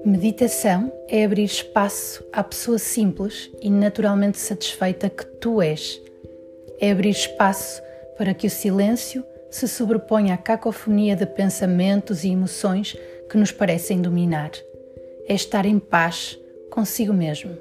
Meditação é abrir espaço à pessoa simples e naturalmente satisfeita que tu és. É abrir espaço para que o silêncio se sobreponha à cacofonia de pensamentos e emoções que nos parecem dominar. É estar em paz consigo mesmo.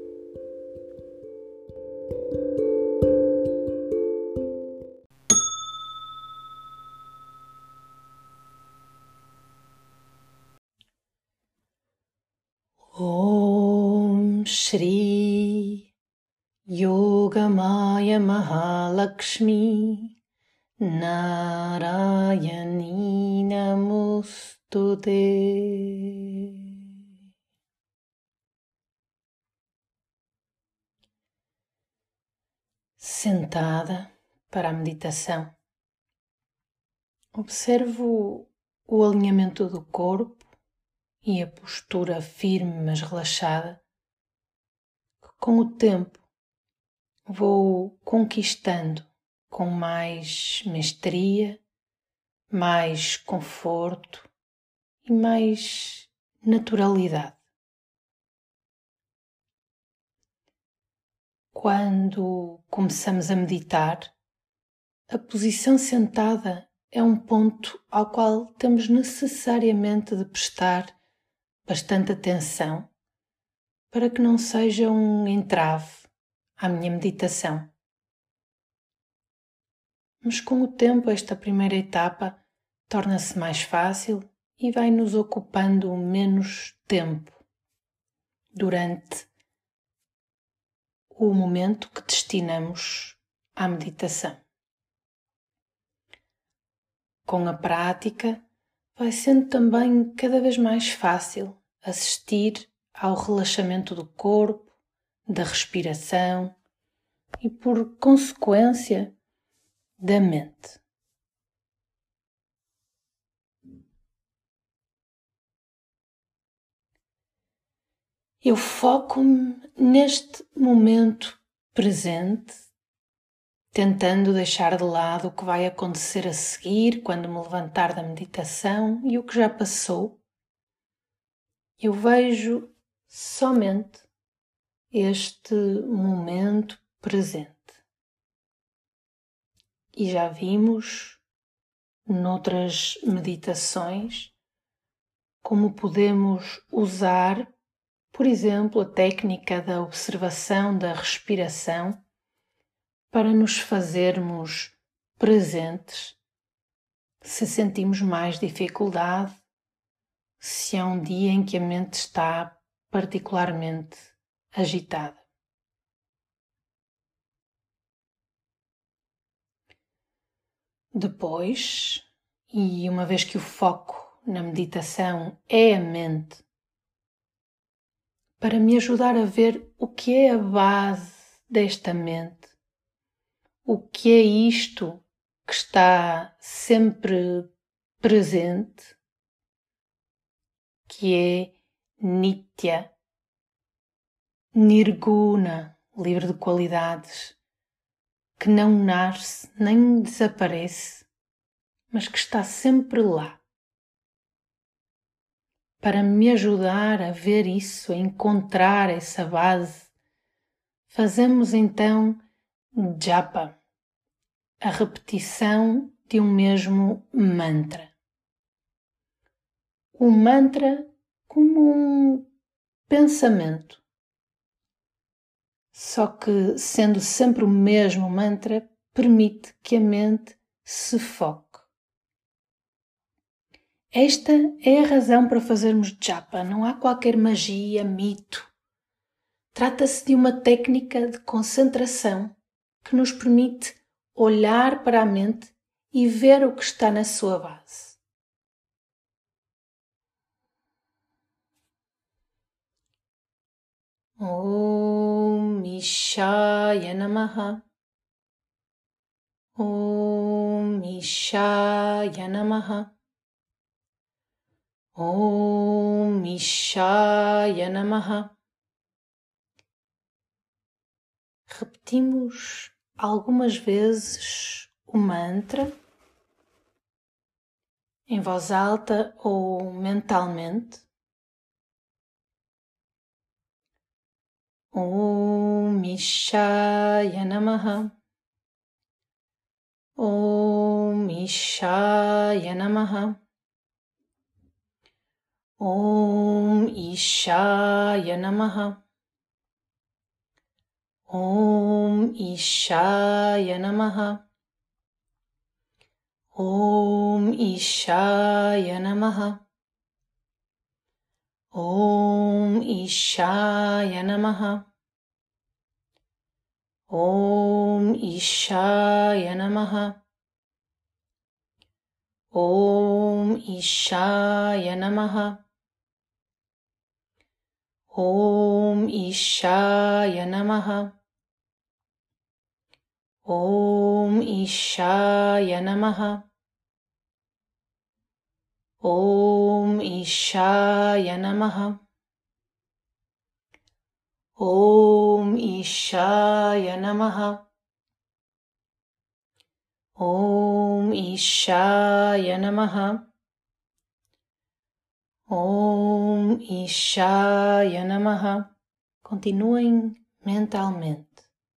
Om Shri Yogamaya Mahalakshmi Narayani Namostute. Sentada para a meditação, observo o alinhamento do corpo e a postura firme mas relaxada, que com o tempo vou conquistando com mais mestria, mais conforto e mais naturalidade. Quando começamos a meditar, a posição sentada é um ponto ao qual temos necessariamente de prestar bastante atenção para que não seja um entrave à minha meditação. Mas com o tempo esta primeira etapa torna-se mais fácil e vai nos ocupando menos tempo durante o momento que destinamos à meditação. Com a prática, vai sendo também cada vez mais fácil assistir ao relaxamento do corpo, da respiração e, por consequência, da mente. Eu foco-me neste momento presente, tentando deixar de lado o que vai acontecer a seguir quando me levantar da meditação e o que já passou. Eu vejo somente este momento presente. E já vimos noutras meditações como podemos usar, por exemplo, a técnica da observação da respiração para nos fazermos presentes se sentimos mais dificuldade, se é um dia em que a mente está particularmente agitada. Depois, e uma vez que o foco na meditação é a mente, para me ajudar a ver o que é a base desta mente, o que é isto que está sempre presente, que é Nitya, Nirguna, livre de qualidades, que não nasce nem desaparece, mas que está sempre lá. Para me ajudar a ver isso, a encontrar essa base, fazemos então japa, a repetição de um mesmo mantra. O mantra como um pensamento, só que sendo sempre o mesmo mantra, permite que a mente se foque. Esta é a razão para fazermos japa, não há qualquer magia, mito. Trata-se de uma técnica de concentração que nos permite olhar para a mente e ver o que está na sua base. Om Ishaya Namaha. Om Ishaya Namaha. Om Ishaya Namaha. Repetimos algumas vezes o mantra em voz alta ou mentalmente, Om Ishaya Namaha. Om Ishaya Namaha. Om Ishaya Namaha. Om Ishaya Namaha. Om Ishaya Namaha. Om Ishaya Namaha. Om Ishaya Namaha. Om Ishaya Namaha. Om Ishaya Namaha. Om Ishaya Namaha. Om Ishaya Namaha. Om Ishaya Namaha. Om Ishaya Namaha. Om Ishaya Namaha. Continuem mentalmente.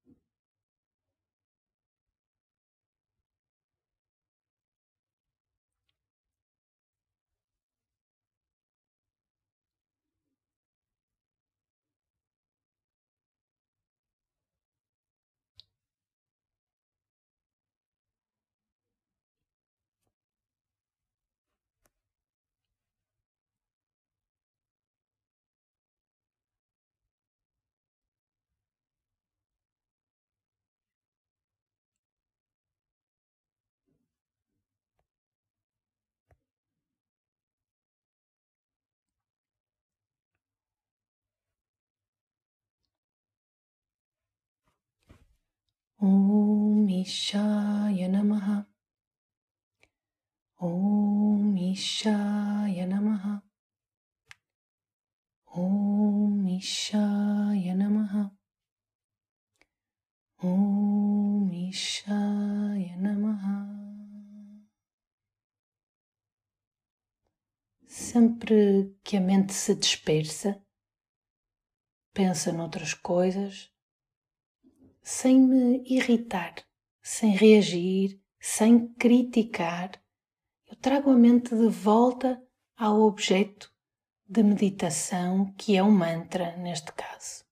Om Ishaya Namaha. Om Ishaya Namaha. Om Ishaya Namaha. Om Ishaya Namaha. Sempre que a mente se dispersa, pensa noutras coisas, sem me irritar, sem reagir, sem criticar, eu trago a mente de volta ao objeto de meditação que é um mantra neste caso.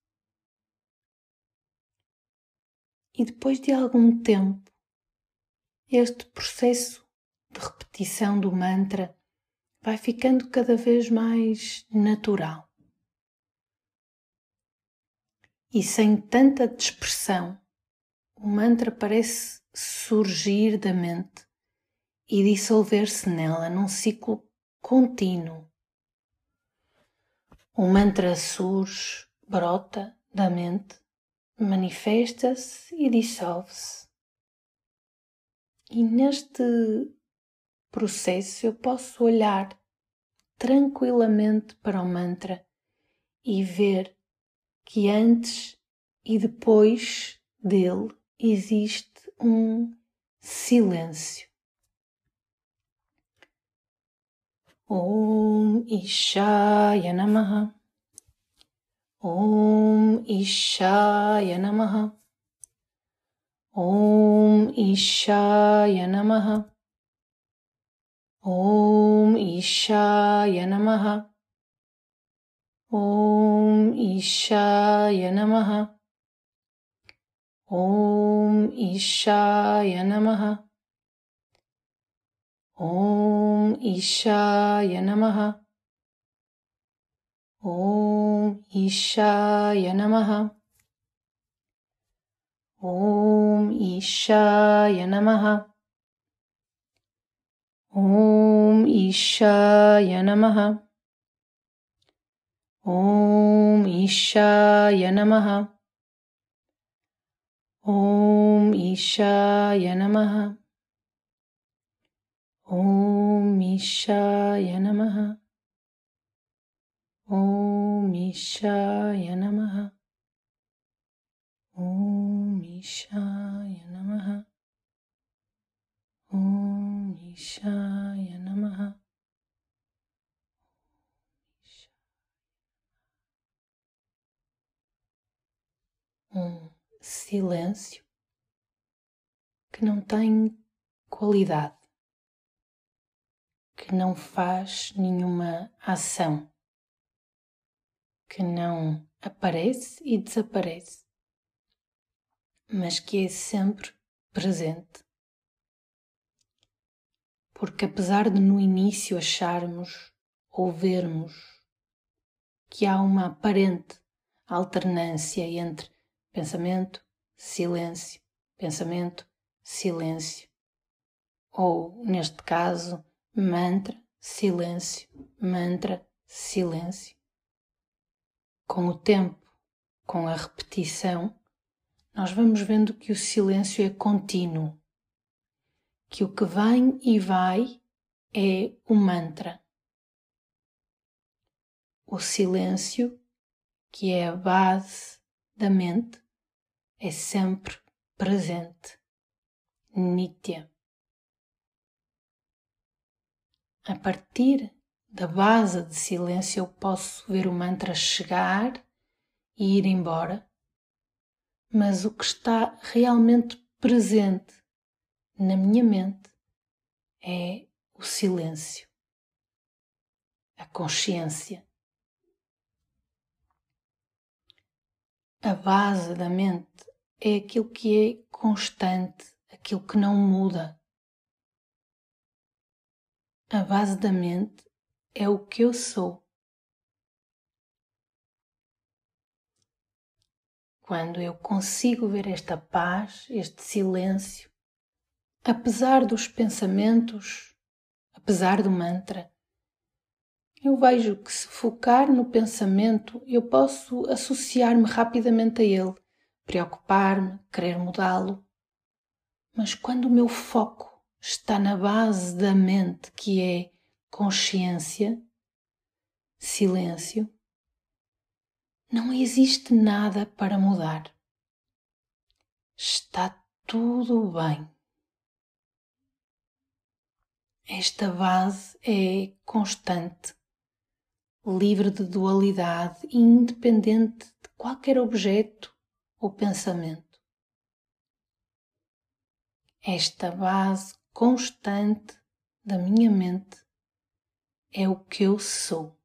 E depois de algum tempo, este processo de repetição do mantra vai ficando cada vez mais natural. E sem tanta dispersão, o mantra parece surgir da mente e dissolver-se nela num ciclo contínuo. O mantra surge, brota da mente, manifesta-se e dissolve-se. E neste processo eu posso olhar tranquilamente para o mantra e ver que antes e depois dele existe um silêncio. Om Ishaya Namaha. Om Ishaya Namaha. Om Ishaya Namaha. Om Ishaya Namaha. Om Ishaya Namaha. Om Ishaya Namaha. Om Ishaya Namaha. Om Ishaya Namaha. Om Ishaya Namaha. Om Ishaya Namaha. Om Ishaya Namaha. Om Ishaya Namaha. Om Ishaya Namaha. Om Ishaya Namaha. Om Ishaya Namaha. Om Ishaya Namaha. silêncio que não tem qualidade, que não faz nenhuma ação, que não aparece e desaparece, mas que é sempre presente. Porque apesar de no início acharmos ou vermos que há uma aparente alternância entre pensamento, silêncio, pensamento, silêncio, ou neste caso, mantra, silêncio, com o tempo, com a repetição, nós vamos vendo que o silêncio é contínuo, que o que vem e vai é o mantra. O silêncio, que é a base da mente, é sempre presente, nítya. A partir da base de silêncio eu posso ver o mantra chegar e ir embora, mas o que está realmente presente na minha mente é o silêncio, a consciência. A base da mente é aquilo que é constante, aquilo que não muda. A base da mente é o que eu sou. Quando eu consigo ver esta paz, este silêncio, apesar dos pensamentos, apesar do mantra, eu vejo que se focar no pensamento, eu posso associar-me rapidamente a ele, preocupar-me, querer mudá-lo. Mas quando o meu foco está na base da mente, que é consciência, silêncio, não existe nada para mudar. Está tudo bem. Esta base é constante, livre de dualidade e independente de qualquer objeto ou pensamento. Esta base constante da minha mente é o que eu sou,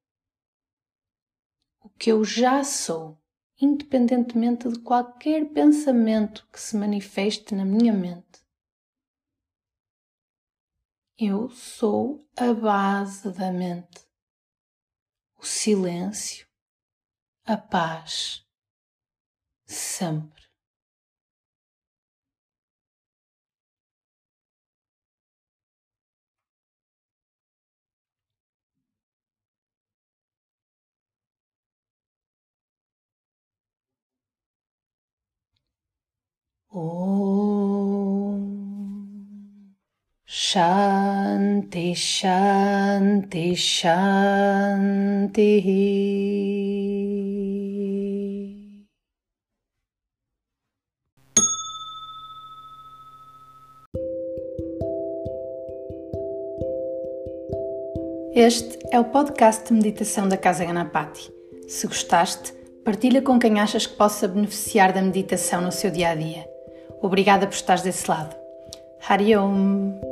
o que eu já sou, independentemente de qualquer pensamento que se manifeste na minha mente. Eu sou a base da mente, o silêncio, a paz, sempre. Om Shanti Shanti Shanti. Este é o podcast de meditação da Casa Ganapati. Se gostaste, partilha com quem achas que possa beneficiar da meditação no seu dia-a-dia. Obrigada por estares desse lado. Hari Om.